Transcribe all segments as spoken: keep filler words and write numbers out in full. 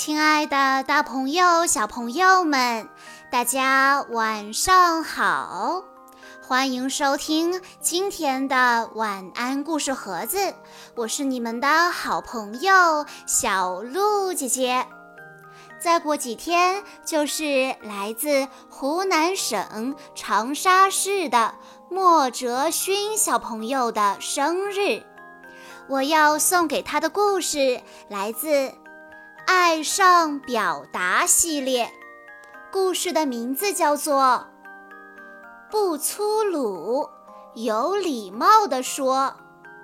亲爱的大朋友、小朋友们，大家晚上好！欢迎收听今天的晚安故事盒子，我是你们的好朋友小鹿姐姐。再过几天就是来自湖南省长沙市的莫哲勋小朋友的生日，我要送给他的故事来自爱上表达系列，故事的名字叫做不粗鲁，有礼貌地说。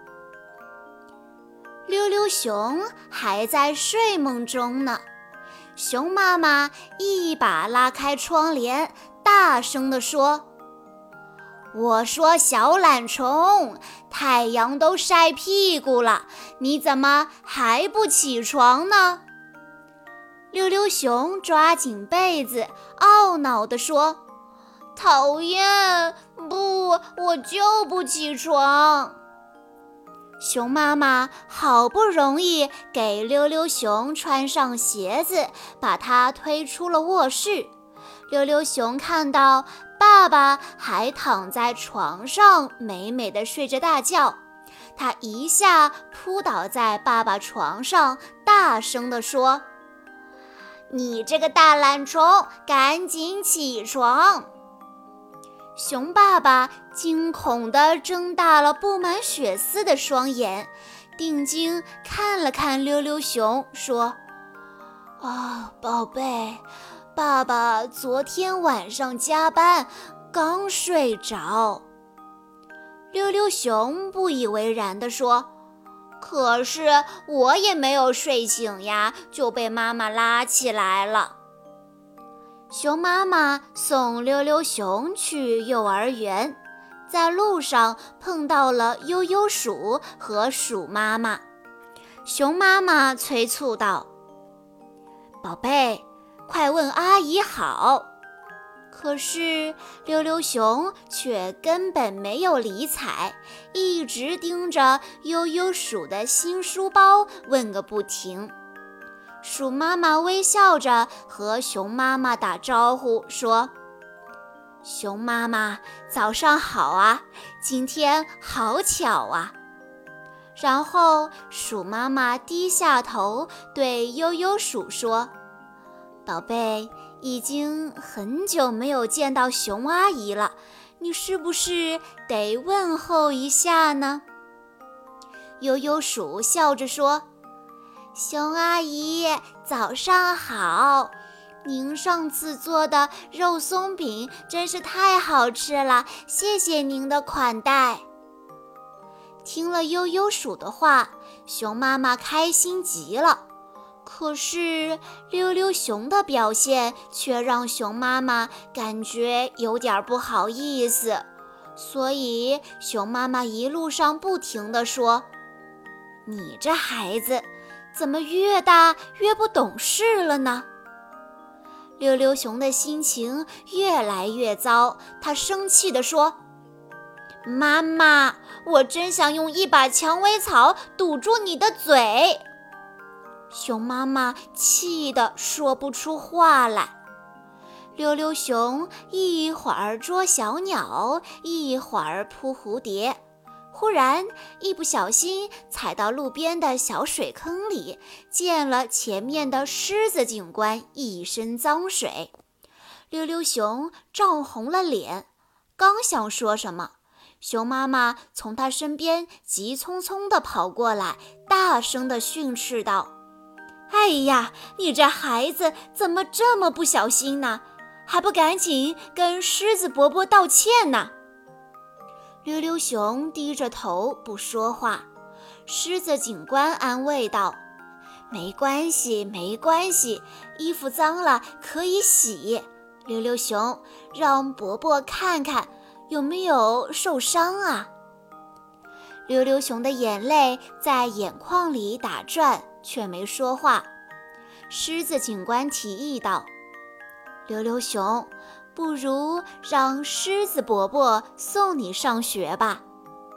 溜溜熊还在睡梦中呢，熊妈妈一把拉开窗帘，大声地说：我说小懒虫，太阳都晒屁股了，你怎么还不起床呢？溜溜熊抓紧被子，懊恼地说：讨厌，不，我就不起床。熊妈妈好不容易给溜溜熊穿上鞋子，把它推出了卧室。溜溜熊看到爸爸还躺在床上美美地睡着大觉，他一下扑倒在爸爸床上，大声地说：你这个大懒虫，赶紧起床！熊爸爸惊恐地睁大了布满血丝的双眼，定睛看了看溜溜熊，说：啊，宝贝，爸爸昨天晚上加班，刚睡着。溜溜熊不以为然地说：可是我也没有睡醒呀，就被妈妈拉起来了。熊妈妈送溜溜熊去幼儿园，在路上碰到了悠悠鼠和鼠妈妈。熊妈妈催促道：宝贝，快问阿姨好。可是溜溜熊却根本没有理睬，一直盯着悠悠鼠的新书包问个不停。鼠妈妈微笑着和熊妈妈打招呼说：熊妈妈，早上好啊，今天好巧啊。然后鼠妈妈低下头对悠悠鼠说：宝贝，已经很久没有见到熊阿姨了，你是不是得问候一下呢？悠悠鼠笑着说：熊阿姨，早上好，您上次做的肉松饼真是太好吃了，谢谢您的款待。听了悠悠鼠的话，熊妈妈开心极了。可是溜溜熊的表现却让熊妈妈感觉有点不好意思，所以熊妈妈一路上不停地说：你这孩子怎么越大越不懂事了呢？溜溜熊的心情越来越糟，他生气地说：妈妈，我真想用一把蔷薇草堵住你的嘴。熊妈妈气得说不出话来。溜溜熊一会儿捉小鸟，一会儿扑蝴蝶，忽然一不小心踩到路边的小水坑里，溅了前面的狮子警官一身脏水。溜溜熊涨红了脸，刚想说什么，熊妈妈从他身边急匆匆地跑过来，大声地训斥道：哎呀，你这孩子怎么这么不小心呢？还不赶紧跟狮子伯伯道歉呢？溜溜熊低着头不说话。狮子警官安慰道：没关系，没关系，衣服脏了可以洗。溜溜熊，让伯伯看看有没有受伤啊？溜溜熊的眼泪在眼眶里打转，却没说话。狮子警官提议道：溜溜熊，不如让狮子伯伯送你上学吧。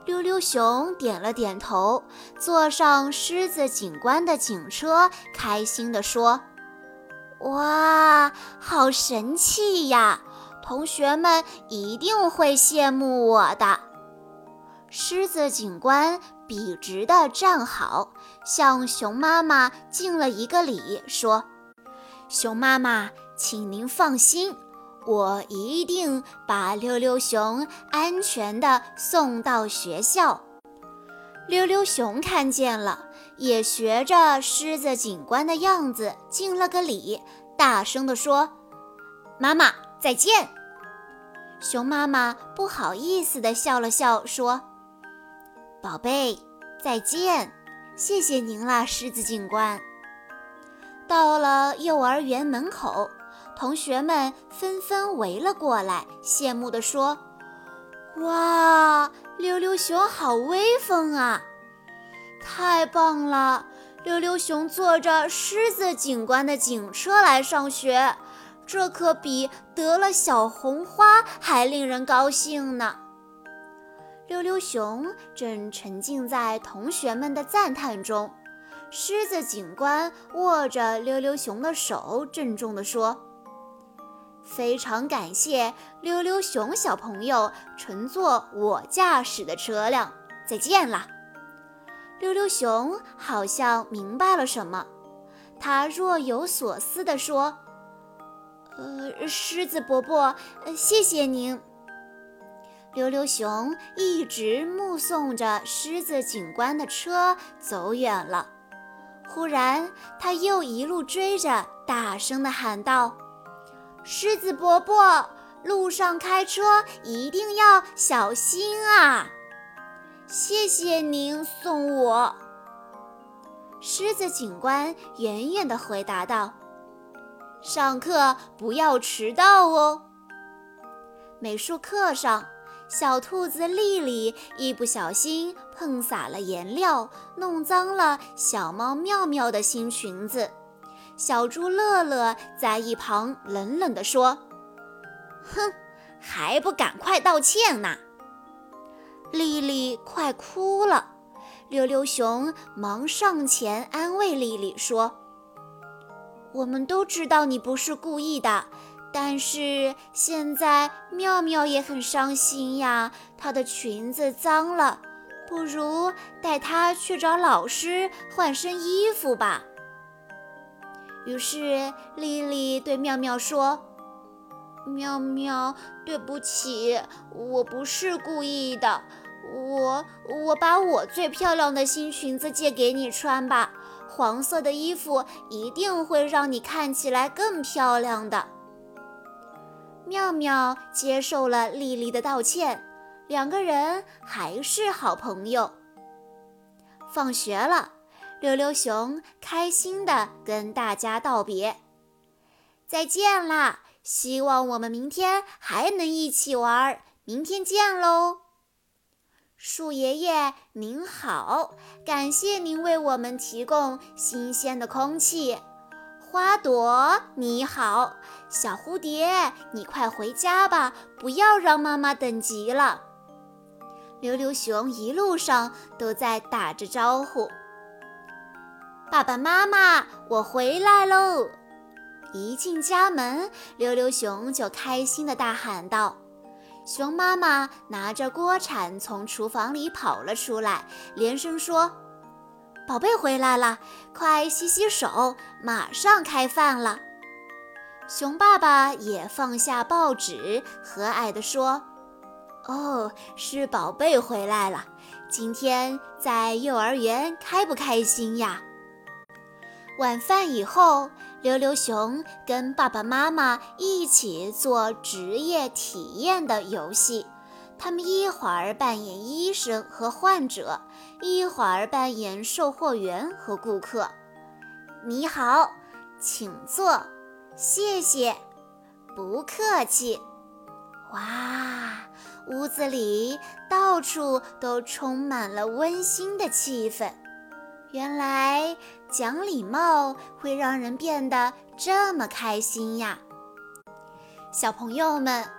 溜溜熊点了点头，坐上狮子警官的警车，开心地说：哇，好神气呀！同学们一定会羡慕我的。狮子警官笔直地站好，向熊妈妈敬了一个礼，说：熊妈妈，请您放心，我一定把溜溜熊安全地送到学校。溜溜熊看见了，也学着狮子警官的样子敬了个礼，大声地说：妈妈，再见。熊妈妈不好意思地笑了笑，说：宝贝，再见，谢谢您啦，狮子警官。到了幼儿园门口，同学们纷纷围了过来，羡慕地说：哇，溜溜熊好威风啊！太棒了，溜溜熊坐着狮子警官的警车来上学，这可比得了小红花还令人高兴呢。溜溜熊正沉浸在同学们的赞叹中，狮子警官握着溜溜熊的手，郑重地说：非常感谢溜溜熊小朋友乘坐我驾驶的车辆，再见啦。溜溜熊好像明白了什么，他若有所思地说：呃，狮子伯伯，呃，谢谢您。溜溜熊一直目送着狮子警官的车走远了，忽然他又一路追着，大声地喊道：狮子伯伯，路上开车一定要小心啊！谢谢您送我。狮子警官远远地回答道：上课不要迟到哦。美术课上，小兔子丽丽一不小心碰洒了颜料，弄脏了小猫妙妙的新裙子。小猪乐乐在一旁冷冷地说：哼，还不赶快道歉呢！丽丽快哭了，溜溜熊忙上前安慰丽丽说：我们都知道你不是故意的，但是现在妙妙也很伤心呀，她的裙子脏了，不如带她去找老师换身衣服吧。于是丽丽对妙妙说：妙妙，对不起，我不是故意的，我我把我最漂亮的新裙子借给你穿吧，黄色的衣服一定会让你看起来更漂亮的。妙妙接受了丽丽的道歉，两个人还是好朋友。放学了，溜溜熊开心地跟大家道别：再见啦，希望我们明天还能一起玩，明天见喽。树爷爷您好，感谢您为我们提供新鲜的空气。花朵你好，小蝴蝶你快回家吧，不要让妈妈等急了。溜溜熊一路上都在打着招呼：爸爸妈妈，我回来喽！一进家门，溜溜熊就开心地大喊道。熊妈妈拿着锅铲从厨房里跑了出来，连声说：宝贝回来了，快洗洗手，马上开饭了。熊爸爸也放下报纸，和蔼地说：哦，是宝贝回来了，今天在幼儿园开不开心呀？晚饭以后，溜溜熊跟爸爸妈妈一起做职业体验的游戏，他们一会儿扮演医生和患者，一会儿扮演售货员和顾客。你好，请坐，谢谢，不客气。哇，屋子里到处都充满了温馨的气氛。原来讲礼貌会让人变得这么开心呀！小朋友们，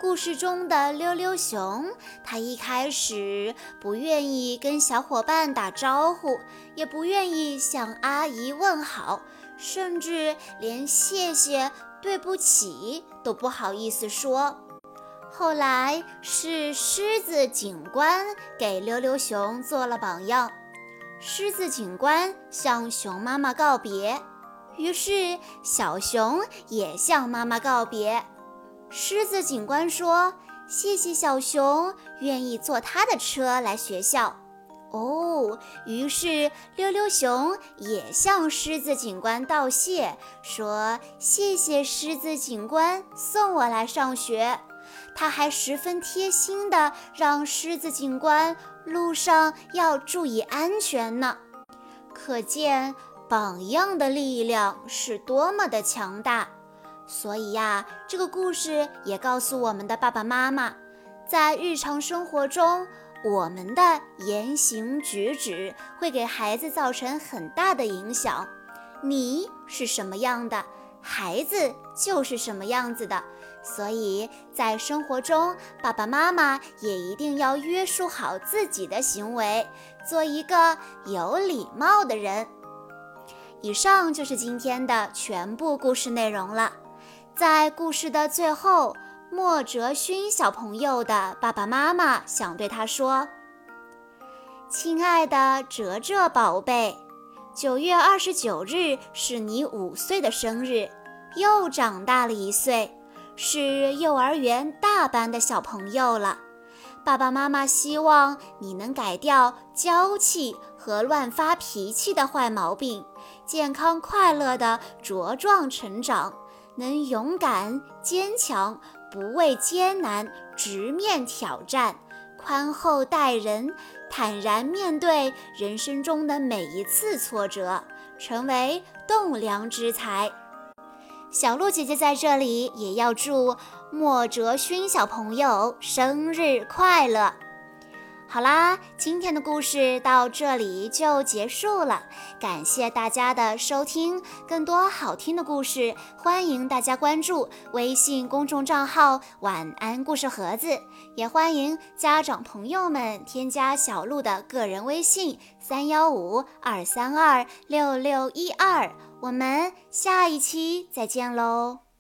故事中的溜溜熊，它一开始不愿意跟小伙伴打招呼，也不愿意向阿姨问好，甚至连谢谢、对不起都不好意思说。后来是狮子警官给溜溜熊做了榜样，狮子警官向熊妈妈告别，于是小熊也向妈妈告别。狮子警官说：“谢谢小熊愿意坐他的车来学校。”哦，于是溜溜熊也向狮子警官道谢，说：“谢谢狮子警官送我来上学。”他还十分贴心地让狮子警官路上要注意安全呢。可见榜样的力量是多么的强大。所以呀，这个故事也告诉我们的爸爸妈妈，在日常生活中，我们的言行举止会给孩子造成很大的影响。你是什么样的，孩子就是什么样子的。所以在生活中，爸爸妈妈也一定要约束好自己的行为，做一个有礼貌的人。以上就是今天的全部故事内容了。在故事的最后，莫哲勋小朋友的爸爸妈妈想对他说：“亲爱的哲哲宝贝，九月二十九日是你五岁的生日，又长大了一岁，是幼儿园大班的小朋友了。爸爸妈妈希望你能改掉娇气和乱发脾气的坏毛病，健康快乐地茁壮成长，能勇敢坚强，不畏艰难，直面挑战，宽厚待人，坦然面对人生中的每一次挫折，成为栋梁之才。”小鹿姐姐在这里也要祝莫哲勋小朋友生日快乐。好啦，今天的故事到这里就结束了，感谢大家的收听。更多好听的故事，欢迎大家关注微信公众账号晚安故事盒子，也欢迎家长朋友们添加小鹿的个人微信三一五二三二六六一二，我们下一期再见喽。